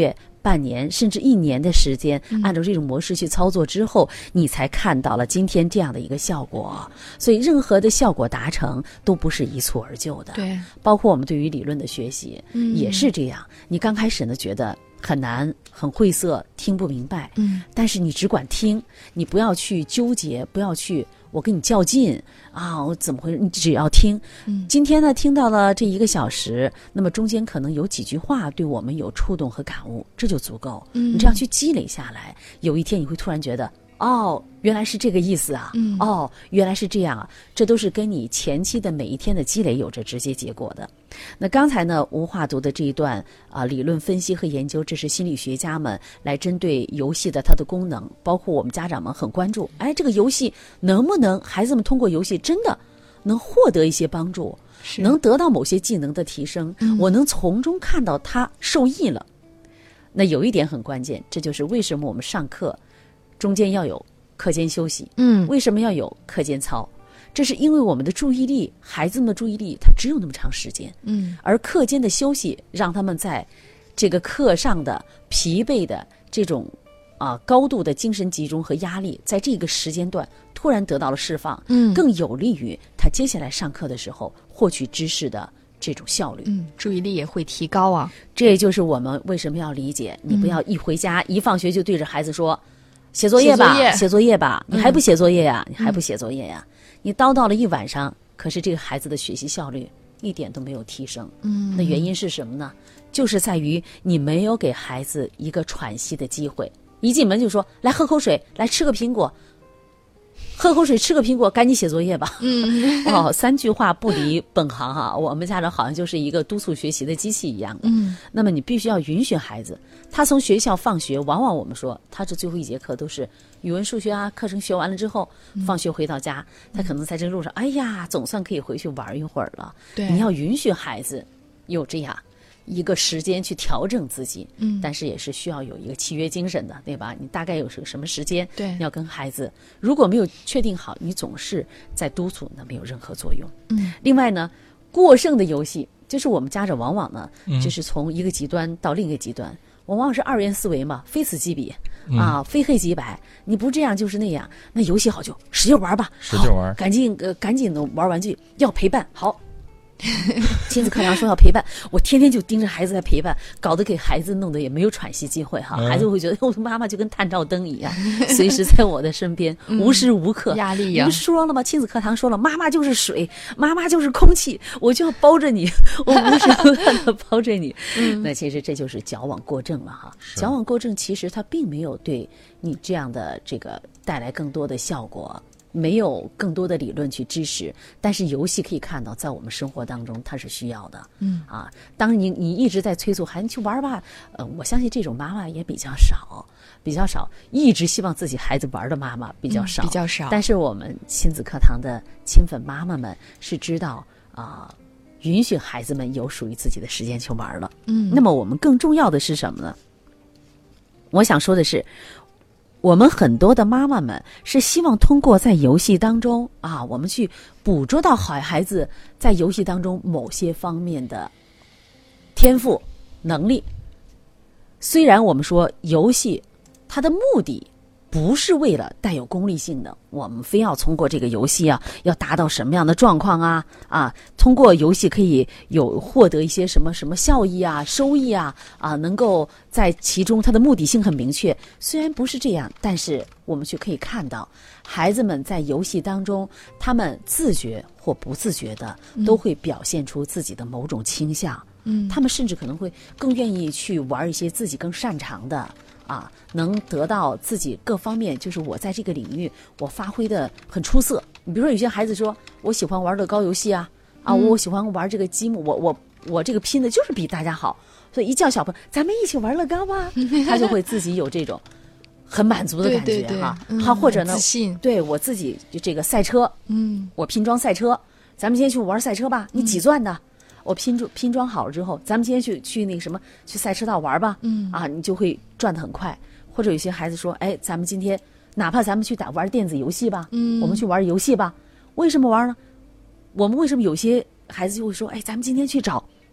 半年甚至1年的时间，按照这种模式去操作之后，你才看到了今天这样的一个效果。所以任何的效果达成都不是一蹴而就的。 对， 包括我们对于理论的学习，也是这样。你刚开始呢觉得很难很晦涩，听不明白，但是你只管听，你不要去纠结，不要去我跟你较劲啊，我怎么回事？你只要听。今天呢听到了这1个小时，那么中间可能有几句话对我们有触动和感悟，这就足够。你这样去积累下来，有一天你会突然觉得，哦，原来是这个意思啊！哦，原来是这样啊！这都是跟你前期的每一天的积累有着直接结果的。那刚才呢，吴话读的这一段理论分析和研究，这是心理学家们来针对游戏的它的功能，包括我们家长们很关注。这个游戏能不能孩子们通过游戏真的能获得一些帮助，能得到某些技能的提升，我能从中看到他受益了。那有一点很关键，这就是为什么我们上课中间要有课间休息，为什么要有课间操？这是因为我们的注意力，孩子们的注意力，他只有那么长时间，而课间的休息让他们在这个课上的疲惫的这种高度的精神集中和压力，在这个时间段突然得到了释放，更有利于他接下来上课的时候获取知识的这种效率， 注意力也会提高啊。 这也就是我们为什么要理解，你不要一回家一放学就对着孩子说写作业吧，写作业吧，你还不写作业呀？你还不写作业呀？你叨叨了一晚上，可是这个孩子的学习效率一点都没有提升。那原因是什么呢？就是在于你没有给孩子一个喘息的机会，一进门就说来喝口水，来吃个苹果，喝口水吃个苹果，赶紧写作业吧。3句话不离本行哈，我们家长好像就是一个督促学习的机器一样的。那么你必须要允许孩子，他从学校放学，往往我们说他这最后1节课都是语文数学课程学完了之后，放学回到家，他可能在这个路上，哎呀，总算可以回去玩一会儿了。对，你要允许孩子有这样一个时间去调整自己，但是也是需要有一个契约精神的，对吧？你大概有什么时间，对，要跟孩子，如果没有确定好，你总是在督促，那没有任何作用。另外呢，过剩的游戏，就是我们家长往往呢，就是从一个极端到另一个极端，往往是2元思维嘛，非此即彼非黑即白，你不这样就是那样。那游戏好就使劲玩吧， 使劲玩， 赶紧的玩玩具，要陪伴，好。亲子课堂说要陪伴，我天天就盯着孩子在陪伴，搞得给孩子弄得也没有喘息机会哈。孩子会觉得我妈妈就跟探照灯一样，随时在我的身边，无时无刻。 压力呀！ 不是说了吗？亲子课堂说了，妈妈就是水，妈妈就是空气，我就要包着你，我无时无刻的包着你。那其实这就是矫枉过正了哈。矫枉过正其实它并没有对你这样的这个带来更多的效果。没有更多的理论去支持，但是游戏可以看到，在我们生活当中它是需要的。当你一直在催促孩子去玩吧，我相信这种妈妈也比较少，一直希望自己孩子玩的妈妈比较少。但是我们亲子课堂的亲粉妈妈们是知道允许孩子们有属于自己的时间去玩了。那么我们更重要的是什么呢？我想说的是，我们很多的妈妈们是希望通过在游戏当中我们去捕捉到孩子在游戏当中某些方面的天赋能力。虽然我们说游戏它的目的不是为了带有功利性的，我们非要通过这个游戏要达到什么样的状况通过游戏可以有获得一些什么效益收益能够在其中它的目的性很明确。虽然不是这样，但是我们却可以看到孩子们在游戏当中，他们自觉或不自觉的都会表现出自己的某种倾向。他们甚至可能会更愿意去玩一些自己更擅长的能得到自己各方面，就是我在这个领域我发挥的很出色。你比如说有些孩子说我喜欢玩乐高游戏我喜欢玩这个积木，我这个拼的就是比大家好，所以一叫小朋友咱们一起玩乐高吧，他就会自己有这种很满足的感觉或者呢，对我自己就这个赛车我拼装赛车，咱们今天去玩赛车吧，你几钻的我拼装好了之后，咱们今天去那个什么去赛车道玩吧你就会转得很快。或者有些孩子说咱们今天哪怕咱们去玩电子游戏吧我们去玩游戏吧。为什么玩呢？我们为什么有些孩子就会说咱们今天去找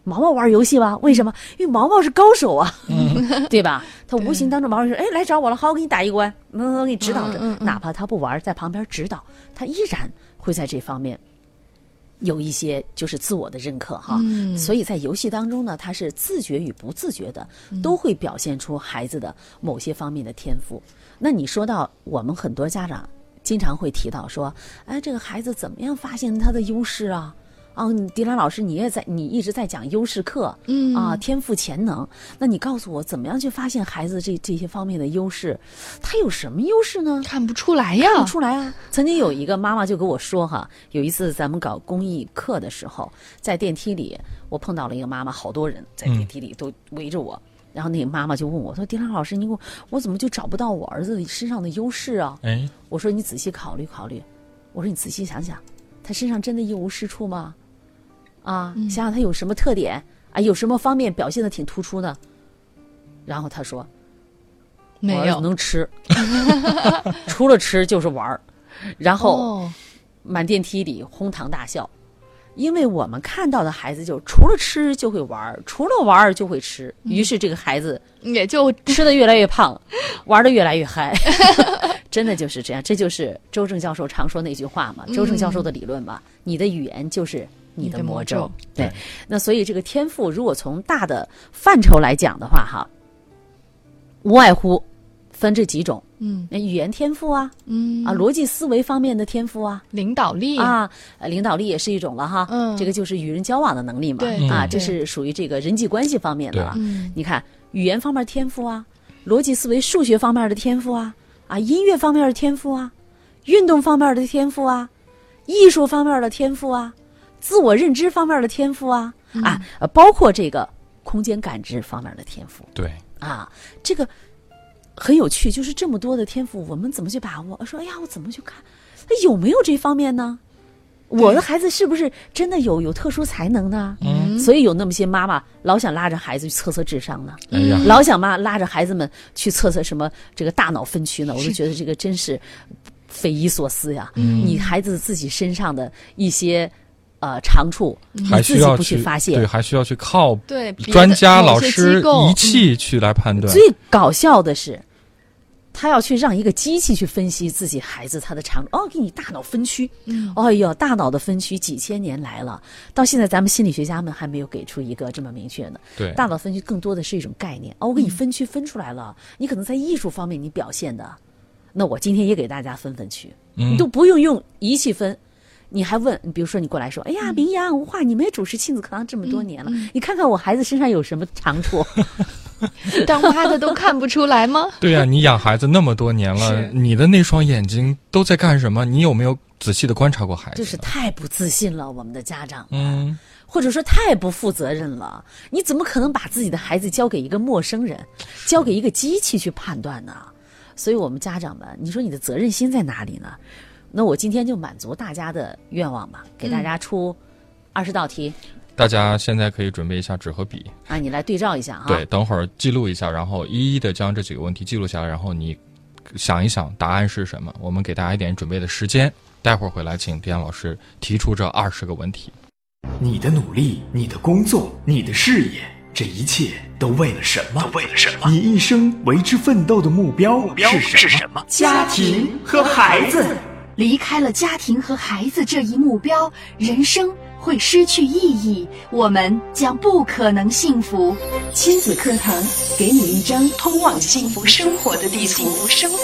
毛毛玩游戏吧？为什么？因为毛毛是高手啊，对吧？他无形当中毛毛说：“哎，来找我了，好，我给你打一关，我给你指导着。哪怕他不玩，在旁边指导，他依然会在这方面有一些就是自我的认可哈。所以在游戏当中呢，他是自觉与不自觉的，都会表现出孩子的某些方面的天赋。那你说到我们很多家长经常会提到说，哎，这个孩子怎么样发现他的优势啊？迪兰老师，你一直在讲优势课，天赋潜能。那你告诉我，怎么样去发现孩子这些方面的优势？他有什么优势呢？ 看不出来呀， 看不出来啊。曾经有一个妈妈就跟我说哈，有一次咱们搞公益课的时候，在电梯里，我碰到了一个妈妈，好多人在电梯里都围着我。然后那个妈妈就问我说：“迪兰老师，我怎么就找不到我儿子身上的优势啊？”我说：“你仔细考虑考虑。”我说：“你仔细想想，他身上真的一无是处吗？想想他有什么特点啊？有什么方面表现得挺突出的？”然后他说：“ 没有， 我儿子能吃，除了吃就是玩。”然后满电梯里哄堂大笑。因为我们看到的孩子就除了吃就会玩，除了玩就会吃，于是这个孩子也就吃得越来越胖，玩得越来越嗨。真的就是这样，这就是周正教授常说那句话嘛，周正教授的理论嘛，你的语言就是你的魔咒。对，那所以这个天赋如果从大的范畴来讲的话哈，无外乎分这几种。语言天赋啊，逻辑思维方面的天赋啊， 领导力啊，领导力也是一种了哈。这个就是与人交往的能力嘛。这是属于这个人际关系方面的啊。你看语言方面的天赋啊，逻辑思维、数学方面的天赋啊，音乐方面的天赋啊，运动方面的天赋啊，艺术方面的天赋啊，自我认知方面的天赋啊，包括这个空间感知方面的天赋。 对这个。很有趣，就是这么多的天赋，我们怎么去把握？说，哎呀，我怎么去看？有没有这方面呢？我的孩子是不是真的有特殊才能呢？所以有那么些妈妈老想拉着孩子去测测智商呢，老想拉着孩子们去测测什么这个大脑分区呢？我就觉得这个真是匪夷所思呀！你孩子自己身上的一些。长处你自己不去发现， 对，还需要去靠专家、老师、仪器去来判断。 最搞笑的是，他要去让一个机器去分析自己孩子他的长处。给你大脑分区，哎呦，大脑的分区几千年来了，到现在咱们心理学家们还没有给出一个这么明确的。 对， 大脑分区更多的是一种概念。我给你分区分出来了，你可能在艺术方面你表现的，那我今天也给大家分区，你都不用仪器分。你还问，比如说你过来说，哎呀，名扬无话，你们也主持亲子课堂这么多年了，你看看我孩子身上有什么长处？ 当妈的都看不出来吗？ 对呀，你养孩子那么多年了，你的那双眼睛都在干什么？你有没有仔细的观察过孩子？ 就是太不自信了，我们的家长，或者说太不负责任了。你怎么可能把自己的孩子交给一个陌生人，交给一个机器去判断呢？所以我们家长们，你说你的责任心在哪里呢？那我今天就满足大家的愿望吧，给大家出20道题。 大家现在可以准备一下纸和笔你来对照一下对，等会儿记录一下，然后一一的将这几个问题记录下来，然后你想一想答案是什么。我们给大家一点准备的时间，待会儿回来请迪安老师提出这20个问题。 你的努力，你的工作，你的事业，这一切都为了什么？你一生为之奋斗的目标是什么？家庭和孩子。 离开了家庭和孩子这一目标，人生会失去意义，我们将不可能幸福。亲子课堂给你一张通往幸福生活的地图。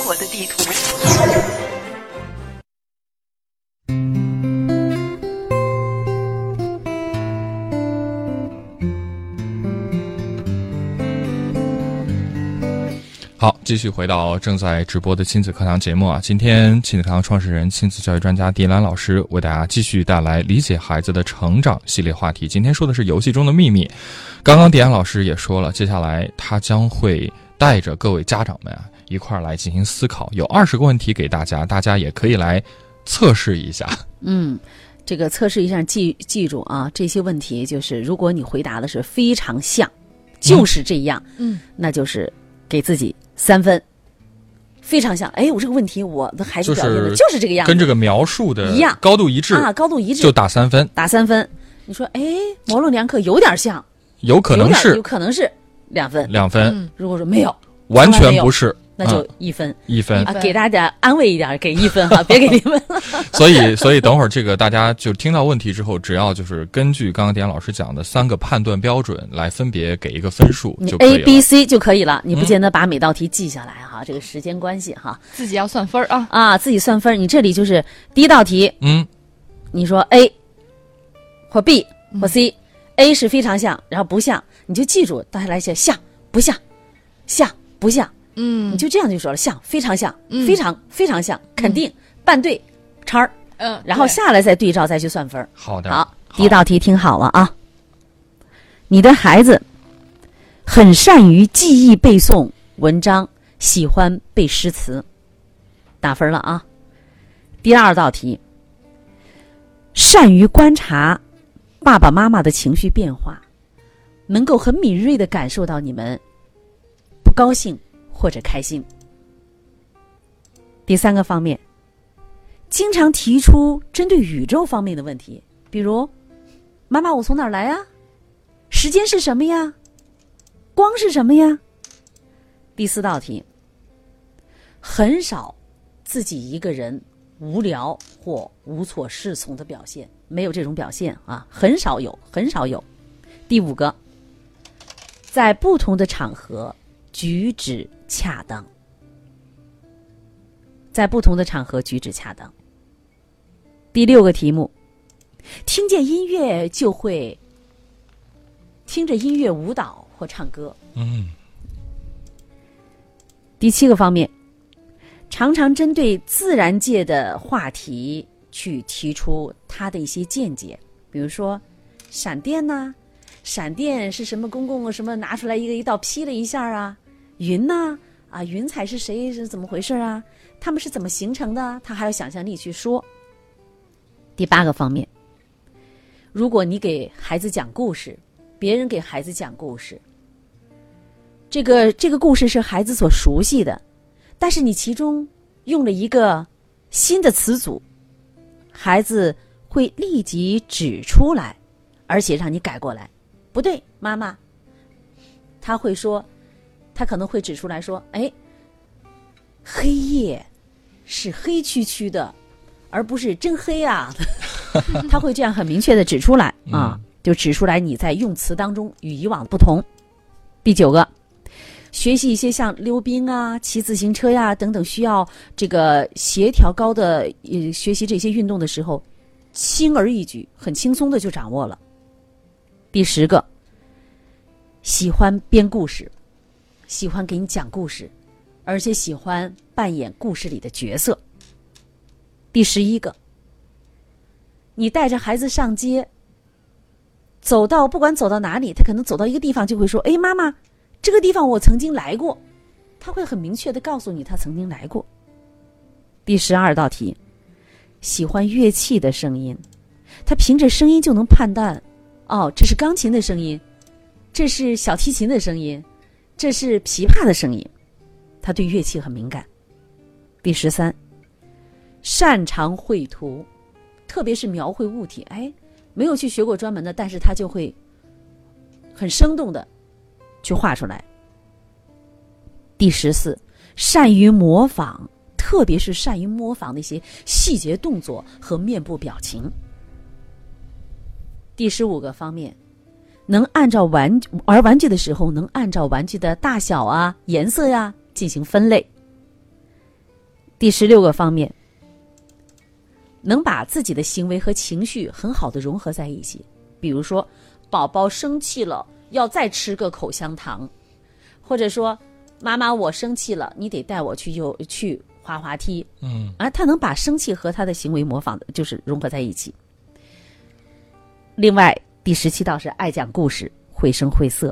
好，继续回到正在直播的亲子课堂节目今天亲子课堂创始人、亲子教育专家迪兰老师为大家继续带来理解孩子的成长系列话题。今天说的是游戏中的秘密。刚刚迪兰老师也说了，接下来他将会带着各位家长们一块儿来进行思考，有20个问题给大家，大家也可以来测试一下。 这个测试一下，记住这些问题就是如果你回答的是非常像，就是这样，那就是给自己3分。非常像，我这个问题我的孩子表现的就是这个样子， 跟这个描述的一样， 高度一致高度一致就打3分， 打3分。你说模棱两可有点像， 有可能是 2分 ，2分。 如果说没有， 完全不是， 那就1分 ，1分啊，给大家安慰一点，给1分哈，别给0分了。所以等会儿这个大家就听到问题之后，只要就是根据刚刚点老师讲的3个判断标准来分别给一个分数就可以了。 A、B、C 就可以了，你不见得把每道题记下来哈，这个时间关系哈， 自己要算分自己算分。你这里就是第一道题，你说 A 或 B 或 C，A 是非常像，然后不像，你就记住，大家来写像不像，像不像。你就这样就说了，像，非常像，非常非常像，肯定，半对，叉儿，然后下来再对照再去算分。 好的， 好，第一道题听好了啊，你的孩子很善于记忆背诵文章，喜欢背诗词，打分了啊。第二道题，善于观察爸爸妈妈的情绪变化，能够很敏锐地感受到你们不高兴或者开心。第3个方面，经常提出针对宇宙方面的问题，比如妈妈我从哪儿来啊？时间是什么呀？光是什么呀？第4道题，很少自己一个人无聊或无所适从的表现，没有这种表现啊，很少有。第5个，在不同的场合举止恰当，在不同的场合举止恰当。第6个题目，听见音乐就会听着音乐舞蹈或唱歌。第7个方面，常常针对自然界的话题去提出他的一些见解，比如说闪电呐，闪电是什么公共什么拿出来一道劈了一下啊，云呐云彩是谁是怎么回事啊，他们是怎么形成的，他还有想象力去说。第8个方面，如果你给孩子讲故事，别人给孩子讲故事，这个故事是孩子所熟悉的，但是你其中用了一个新的词组，孩子会立即指出来，而且让你改过来。不对，妈妈，他会说，他可能会指出来说，黑夜是黑黢黢的，而不是真黑啊。他会这样很明确的指出来啊，就指出来你在用词当中与以往不同。第9个，学习一些像溜冰啊、骑自行车呀等等需要这个协调高的学习这些运动的时候，轻而易举，很轻松的就掌握了。第10个，喜欢编故事，喜欢给你讲故事，而且喜欢扮演故事里的角色。第11个，你带着孩子上街，不管走到哪里，他可能走到一个地方就会说，妈妈，这个地方我曾经来过，他会很明确地告诉你他曾经来过。第12道题，喜欢乐器的声音，他凭着声音就能判断，这是钢琴的声音，这是小提琴的声音，这是琵琶的声音，他对乐器很敏感。第13，擅长绘图，特别是描绘物体，没有去学过专门的，但是他就会很生动的去画出来。第14，善于模仿，特别是善于模仿那些细节动作和面部表情。第15个方面，能按照玩具的时候，能按照玩具的大小啊、颜色呀进行分类。第16个方面，能把自己的行为和情绪很好的融合在一起，比如说宝宝生气了要再吃个口香糖，或者说妈妈我生气了，你得带我去滑滑梯。他能把生气和他的行为模仿的就是融合在一起。另外第17道是爱讲故事，绘声绘色。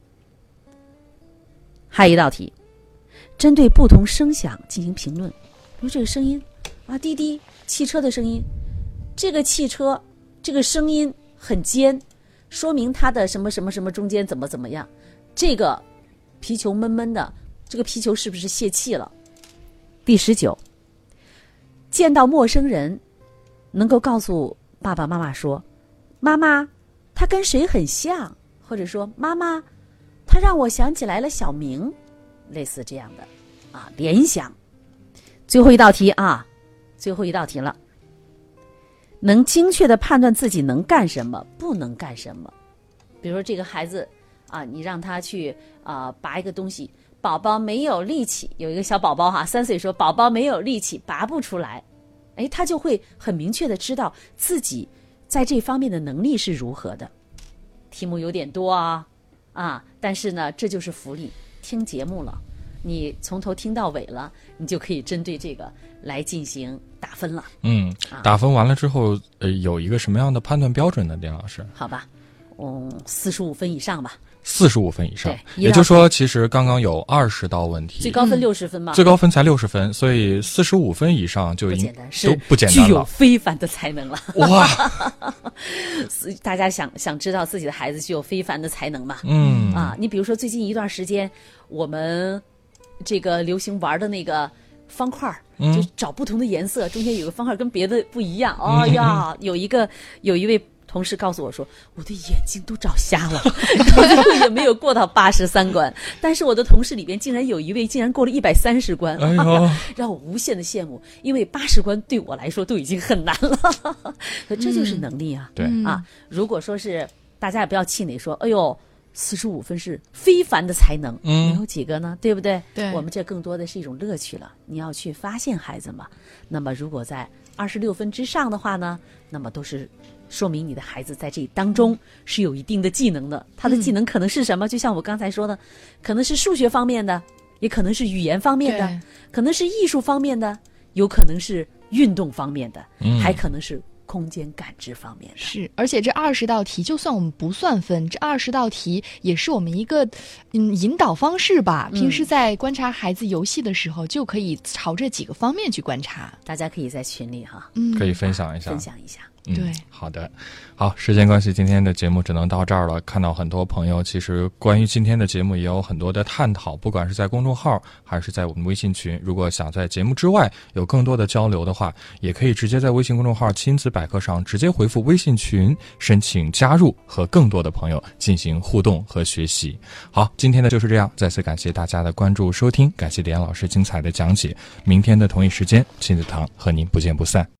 还有一道题，针对不同声响进行评论，比如这个声音滴滴汽车的声音，这个汽车这个声音很尖，说明它的什么什么什么中间怎么样，这个皮球闷闷的，这个皮球是不是泄气了。第19，见到陌生人能够告诉爸爸妈妈说，妈妈他跟谁很像， 或者说妈妈，他让我想起来了小明，类似这样的联想。最后一道题了，能精确地判断自己能干什么，不能干什么。比如说这个孩子你让他去拔一个东西，宝宝没有力气，有一个小宝宝3岁说宝宝没有力气，拔不出来，他就会很明确地知道自己在这方面的能力是如何的。题目有点多但是呢，这就是福利，听节目了，你从头听到尾了，你就可以针对这个来进行打分了。 打分完了之后，有一个什么样的判断标准呢？丁老师？ 好吧，45分以上吧。 45分以上，也就是说，其实刚刚有20道问题， 最高分60分嘛， 最高分才60分，所以45分以上就已经都不简单了， 具有非凡的才能了。 哇！ 大家想知道自己的孩子具有非凡的才能嘛？你比如说最近一段时间，我们这个流行玩的那个方块，就找不同的颜色，中间有个方块跟别的不一样。有一位同事告诉我说，我的眼睛都找瞎了，然后也没有过到83关，但是我的同事里边竟然有一位竟然过了130关，让我无限的羡慕，因为80关对我来说都已经很难了，这就是能力啊。 对如果说是大家也不要气馁说，哎呦45分是非凡的才能，没有几个呢，对不对？ 对， 我们这更多的是一种乐趣了，你要去发现孩子嘛。那么如果在26分之上的话呢，那么都是说明你的孩子在这当中是有一定的技能的。他的技能可能是什么？就像我刚才说的，可能是数学方面的，也可能是语言方面的，可能是艺术方面的，有可能是运动方面的，还可能是空间感知方面的。 是，而且这20道题就算我们不算分，这20道题也是我们一个引导方式吧。平时在观察孩子游戏的时候，就可以朝这几个方面去观察。 大家可以在群里可以分享一下。 对， 好的，好，时间关系，今天的节目只能到这儿了。看到很多朋友，其实关于今天的节目也有很多的探讨，不管是在公众号还是在我们微信群。如果想在节目之外有更多的交流的话，也可以直接在微信公众号亲子百科上直接回复微信群申请加入，和更多的朋友进行互动和学习。好，今天的就是这样，再次感谢大家的关注收听，感谢李安老师精彩的讲解。明天的同一时间，亲子堂和您不见不散。